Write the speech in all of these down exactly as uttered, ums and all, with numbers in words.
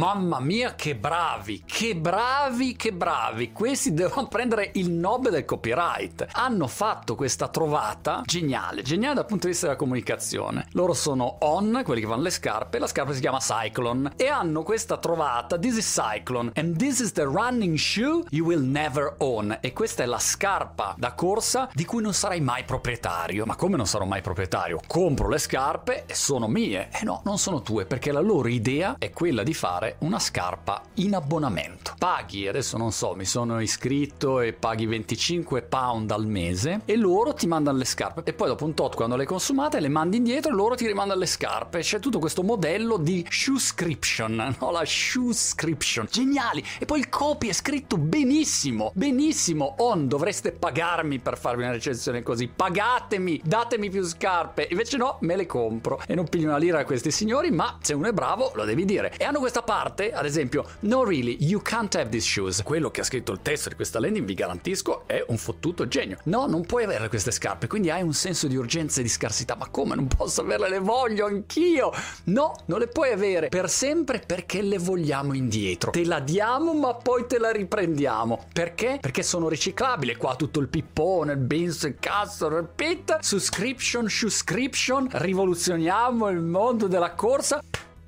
mamma mia che bravi, che bravi, che bravi, questi devono prendere il Nobel del copyright. Hanno fatto questa trovata geniale, geniale dal punto di vista della comunicazione. Loro sono On, quelli che fanno le scarpe, la scarpa si chiama Cyclone, e hanno questa trovata: this is Cyclone and this is the running shoe you will never own. E questa è la scarpa da corsa di cui non sarai mai proprietario. Ma come non sarò mai proprietario? Compro le scarpe e sono mie. E no, non sono tue, perché la loro idea è quella di fare una scarpa in abbonamento. Paghi, adesso non so, mi sono iscritto e paghi venticinque pound al mese e loro ti mandano le scarpe, e poi dopo un tot, quando le hai consumate, le mandi indietro e loro ti rimandano le scarpe. C'è tutto questo modello di shoescription, no? La shoescription, geniali. E poi il copy è scritto benissimo, benissimo. On, dovreste pagarmi per farvi una recensione così, pagatemi, datemi più scarpe. Invece no, me le compro e non piglio una lira a questi signori, ma se uno è bravo lo devi dire. E hanno questa parte, ad esempio: no really, you can't have these shoes. Quello che ha scritto il testo di questa landing, vi garantisco, è un fottuto genio. No, non puoi avere queste scarpe, quindi hai un senso di urgenza e di scarsità. Ma come non posso averle? Le voglio anch'io. No, non le puoi avere per sempre, perché le vogliamo indietro. Te la diamo ma poi te la riprendiamo. Perché? Perché sono riciclabili. Qua tutto il pippone, il beans, il cazzo, il pit, subscription, shoescription, rivoluzioniamo il mondo della corsa.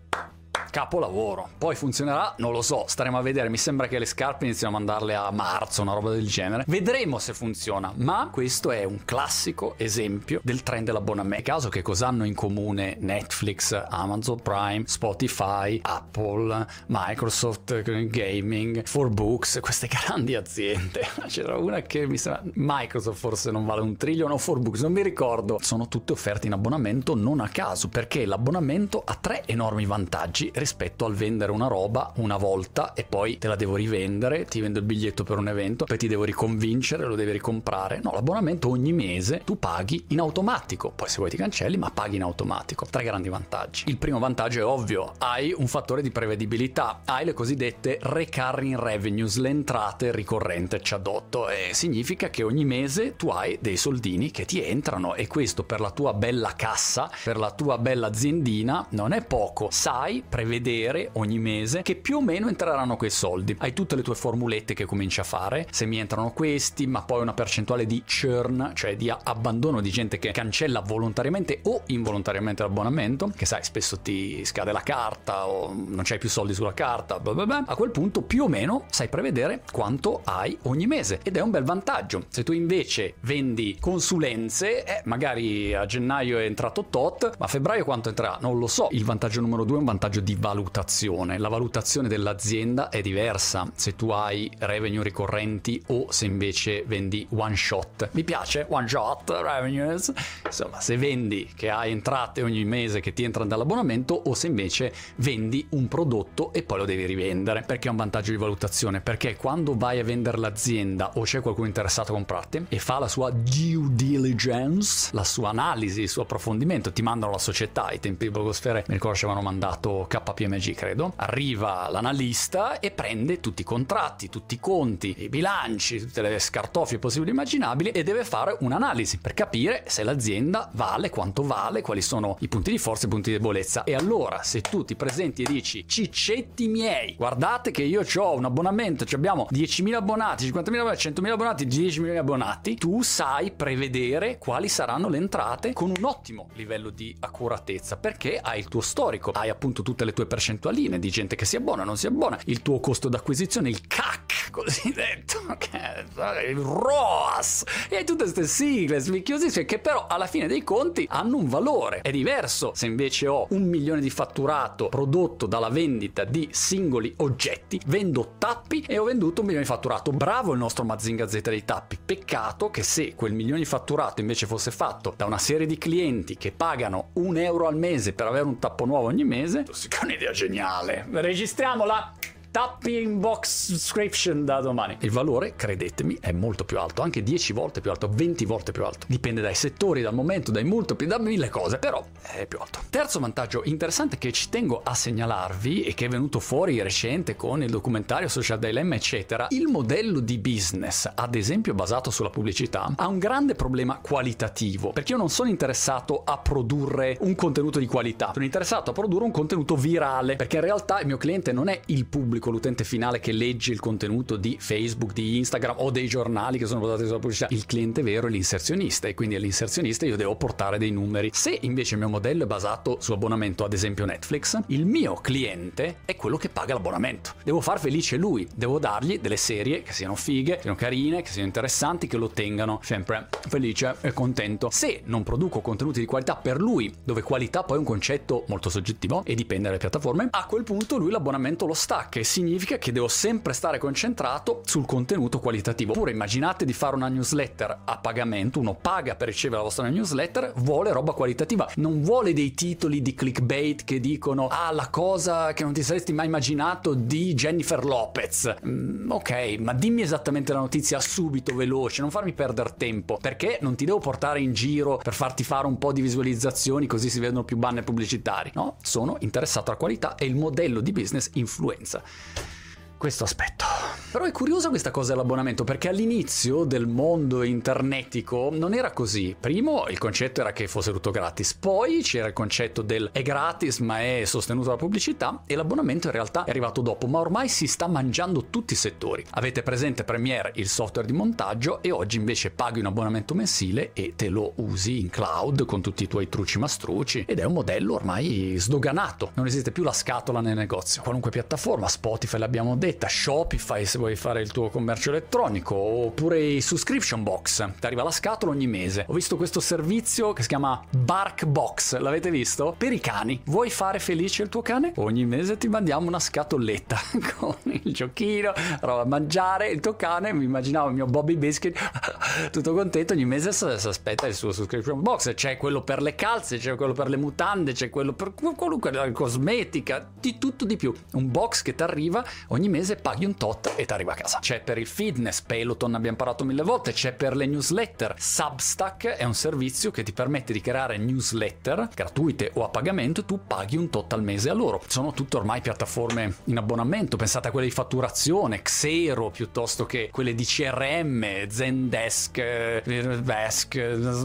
Capolavoro. Poi funzionerà? Non lo so, staremo a vedere. Mi sembra che le scarpe iniziano a mandarle a marzo, una roba del genere. Vedremo se funziona, ma questo è un classico esempio del trend dell'abbonamento. Caso che cosa hanno in comune Netflix, Amazon Prime, Spotify, Apple, Microsoft Gaming, four books, queste grandi aziende. C'era una che mi sembra Microsoft, forse non vale un trilione, o four books, non mi ricordo. Sono tutte offerte in abbonamento non a caso, perché l'abbonamento ha tre enormi vantaggi rispetto al vendere una roba una volta e poi te la devo rivendere, ti vendo il biglietto per un evento, poi ti devo riconvincere, lo devi ricomprare. No, l'abbonamento ogni mese tu paghi in automatico, poi se vuoi ti cancelli, ma paghi in automatico. Tre grandi vantaggi. Il primo vantaggio è ovvio: hai un fattore di prevedibilità, hai le cosiddette recurring revenues, le entrate ricorrenti ciadotto, e significa che ogni mese tu hai dei soldini che ti entrano, e questo per la tua bella cassa, per la tua bella aziendina non è poco. Sai prevedere ogni mese che più o meno entreranno quei soldi. Hai tutte le tue formulette che cominci a fare: se mi entrano questi, ma poi una percentuale di churn, cioè di abbandono, di gente che cancella volontariamente o involontariamente l'abbonamento, che sai spesso ti scade la carta o non c'hai più soldi sulla carta, blah blah blah. A quel punto più o meno sai prevedere quanto hai ogni mese, ed è un bel vantaggio. Se tu invece vendi consulenze, eh, magari a gennaio è entrato tot, ma a febbraio quanto entrerà? Non lo so. Il vantaggio numero due è un vantaggio di valutazione. La valutazione dell'azienda è diversa se tu hai revenue ricorrenti o se invece vendi one shot. Mi piace one shot revenues. Insomma, se vendi che hai entrate ogni mese che ti entrano dall'abbonamento, o se invece vendi un prodotto e poi lo devi rivendere. Perché è un vantaggio di valutazione? Perché quando vai a vendere l'azienda o c'è qualcuno interessato a comprarti e fa la sua due diligence, la sua analisi, il suo approfondimento, ti mandano la società. Ai tempi di Blogosfere mi ricordo ci avevano mandato K P M G, credo. Arriva l'analista e prende tutti i contratti, tutti i conti, i bilanci, tutte le scartoffie possibili e immaginabili, e deve fare un'analisi per capire se l'azienda vale, quanto vale, quali sono i punti di forza e i punti di debolezza. E allora, se tu ti presenti e dici: ciccetti miei, guardate che io ho un abbonamento, abbiamo diecimila abbonati, cinquantamila abbonati, centomila abbonati, dieci milioni di abbonati, tu sai prevedere quali saranno le entrate con un ottimo livello di accuratezza, perché hai il tuo storico, hai appunto tutte le tue percentualine di gente che si abbona, non si abbona, il tuo costo d'acquisizione, il C A C cosiddetto, il R O A S, e hai tutte queste sigle svichiosissime che però alla fine dei conti hanno un valore. È diverso se invece ho un milione di fatturato prodotto dalla vendita di singoli oggetti, vendo tappi e ho venduto un milione di fatturato. Bravo il nostro Mazinga Z dei tappi. Peccato che se quel milione di fatturato invece fosse fatto da una serie di clienti che pagano un euro al mese per avere un tappo nuovo ogni mese, è un'idea geniale. Registriamola. tappi in box subscription da domani. Il valore, credetemi, è molto più alto, anche dieci volte più alto, venti volte più alto. Dipende dai settori, dal momento, dai multipli, da mille cose, però è più alto. Terzo vantaggio interessante che ci tengo a segnalarvi e che è venuto fuori recente con il documentario Social Dilemma, eccetera. Il modello di business, ad esempio basato sulla pubblicità, ha un grande problema qualitativo, perché io non sono interessato a produrre un contenuto di qualità, sono interessato a produrre un contenuto virale, perché in realtà il mio cliente non è il pubblico, l'utente finale che legge il contenuto di Facebook, di Instagram o dei giornali che sono basati sulla pubblicità. Il cliente vero è l'inserzionista, e quindi all'inserzionista io devo portare dei numeri. Se invece il mio modello è basato su abbonamento, ad esempio Netflix, il mio cliente è quello che paga l'abbonamento. Devo far felice lui, devo dargli delle serie che siano fighe, che siano carine, che siano interessanti, che lo tengano sempre felice e contento. Se non produco contenuti di qualità per lui, dove qualità poi è un concetto molto soggettivo e dipende dalle piattaforme, a quel punto lui l'abbonamento lo stacca, e significa che devo sempre stare concentrato sul contenuto qualitativo. Oppure immaginate di fare una newsletter a pagamento, uno paga per ricevere la vostra newsletter, vuole roba qualitativa, non vuole dei titoli di clickbait che dicono ah, la cosa che non ti saresti mai immaginato di Jennifer Lopez. Mm, ok, ma dimmi esattamente la notizia subito, veloce, non farmi perdere tempo, perché non ti devo portare in giro per farti fare un po' di visualizzazioni così si vedono più banner pubblicitari. No, sono interessato alla qualità e il modello di business influenza questo aspetto. Però è curiosa questa cosa dell'abbonamento, perché all'inizio del mondo internetico non era così. Primo il concetto era che fosse tutto gratis, poi c'era il concetto del è gratis ma è sostenuto dalla pubblicità, e l'abbonamento in realtà è arrivato dopo, ma ormai si sta mangiando tutti i settori. Avete presente Premiere, il software di montaggio, e oggi invece paghi un abbonamento mensile e te lo usi in cloud con tutti i tuoi truci mastrucci, ed è un modello ormai sdoganato. Non esiste più la scatola nel negozio. Qualunque piattaforma, Spotify l'abbiamo detta, Shopify se vuoi fare il tuo commercio elettronico, oppure i subscription box, ti arriva la scatola ogni mese. Ho visto questo servizio che si chiama BarkBox, l'avete visto? Per i cani. Vuoi fare felice il tuo cane? Ogni mese ti mandiamo una scatoletta con il giochino, roba a mangiare, il tuo cane. Mi immaginavo il mio Bobby Biscuit tutto contento, ogni mese si aspetta il suo subscription box. C'è quello per le calze, c'è quello per le mutande, c'è quello per qualunque cosmetica, di tutto di più. Un box che ti arriva ogni mese, paghi un tot e ti arriva a casa. C'è per il fitness, Peloton, abbiamo parlato mille volte, c'è per le newsletter, Substack è un servizio che ti permette di creare newsletter gratuite o a pagamento, e tu paghi un tot al mese a loro. Sono tutte ormai piattaforme in abbonamento, pensate a quelle di fatturazione, Xero, piuttosto che quelle di C R M, Zendesk, Desk,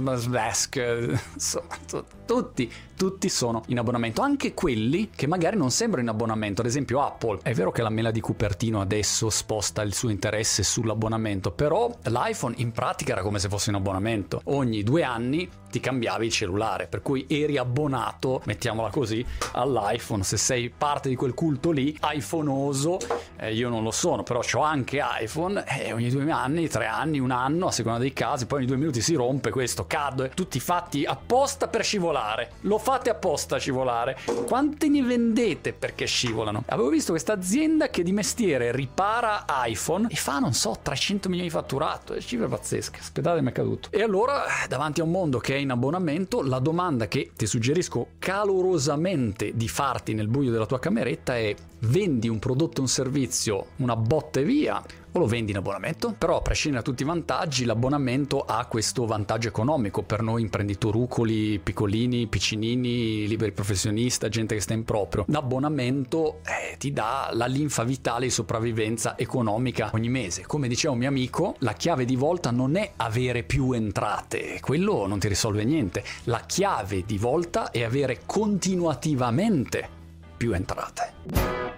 Desk, insomma, tutti, tutti sono in abbonamento, anche quelli che magari non sembrano in abbonamento. Ad esempio Apple, è vero che la mela di Cupertino adesso sposta il suo interesse sull'abbonamento, però l'iPhone in pratica era come se fosse in abbonamento. Ogni due anni ti cambiavi il cellulare, per cui eri abbonato, mettiamola così, all'iPhone. Se sei parte di quel culto lì, iPhoneoso, eh, io non lo sono, però c'ho anche iPhone, e eh, ogni due anni, tre anni, un anno, a seconda dei casi, poi ogni due minuti si rompe questo, cade, tutti fatti apposta per scivolare. Lo fate apposta a scivolare. Quante ne vendete perché scivolano? Avevo visto questa azienda che di mestiere ripara iPhone e fa, non so, trecento milioni di fatturato, è cifre pazzesche. Aspettate, mi è caduto. E allora, davanti a un mondo che è in abbonamento, la domanda che ti suggerisco calorosamente di farti nel buio della tua cameretta è: vendi un prodotto o un servizio una botta e via, o lo vendi in abbonamento? Però, a prescindere da tutti i vantaggi, l'abbonamento ha questo vantaggio economico per noi imprenditorucoli, piccolini, piccinini, liberi professionista, gente che sta in proprio. L'abbonamento eh, ti dà la linfa vitale di sopravvivenza economica ogni mese. Come diceva un mio amico, la chiave di volta non è avere più entrate, quello non ti risolve niente. La chiave di volta è avere continuativamente più entrate.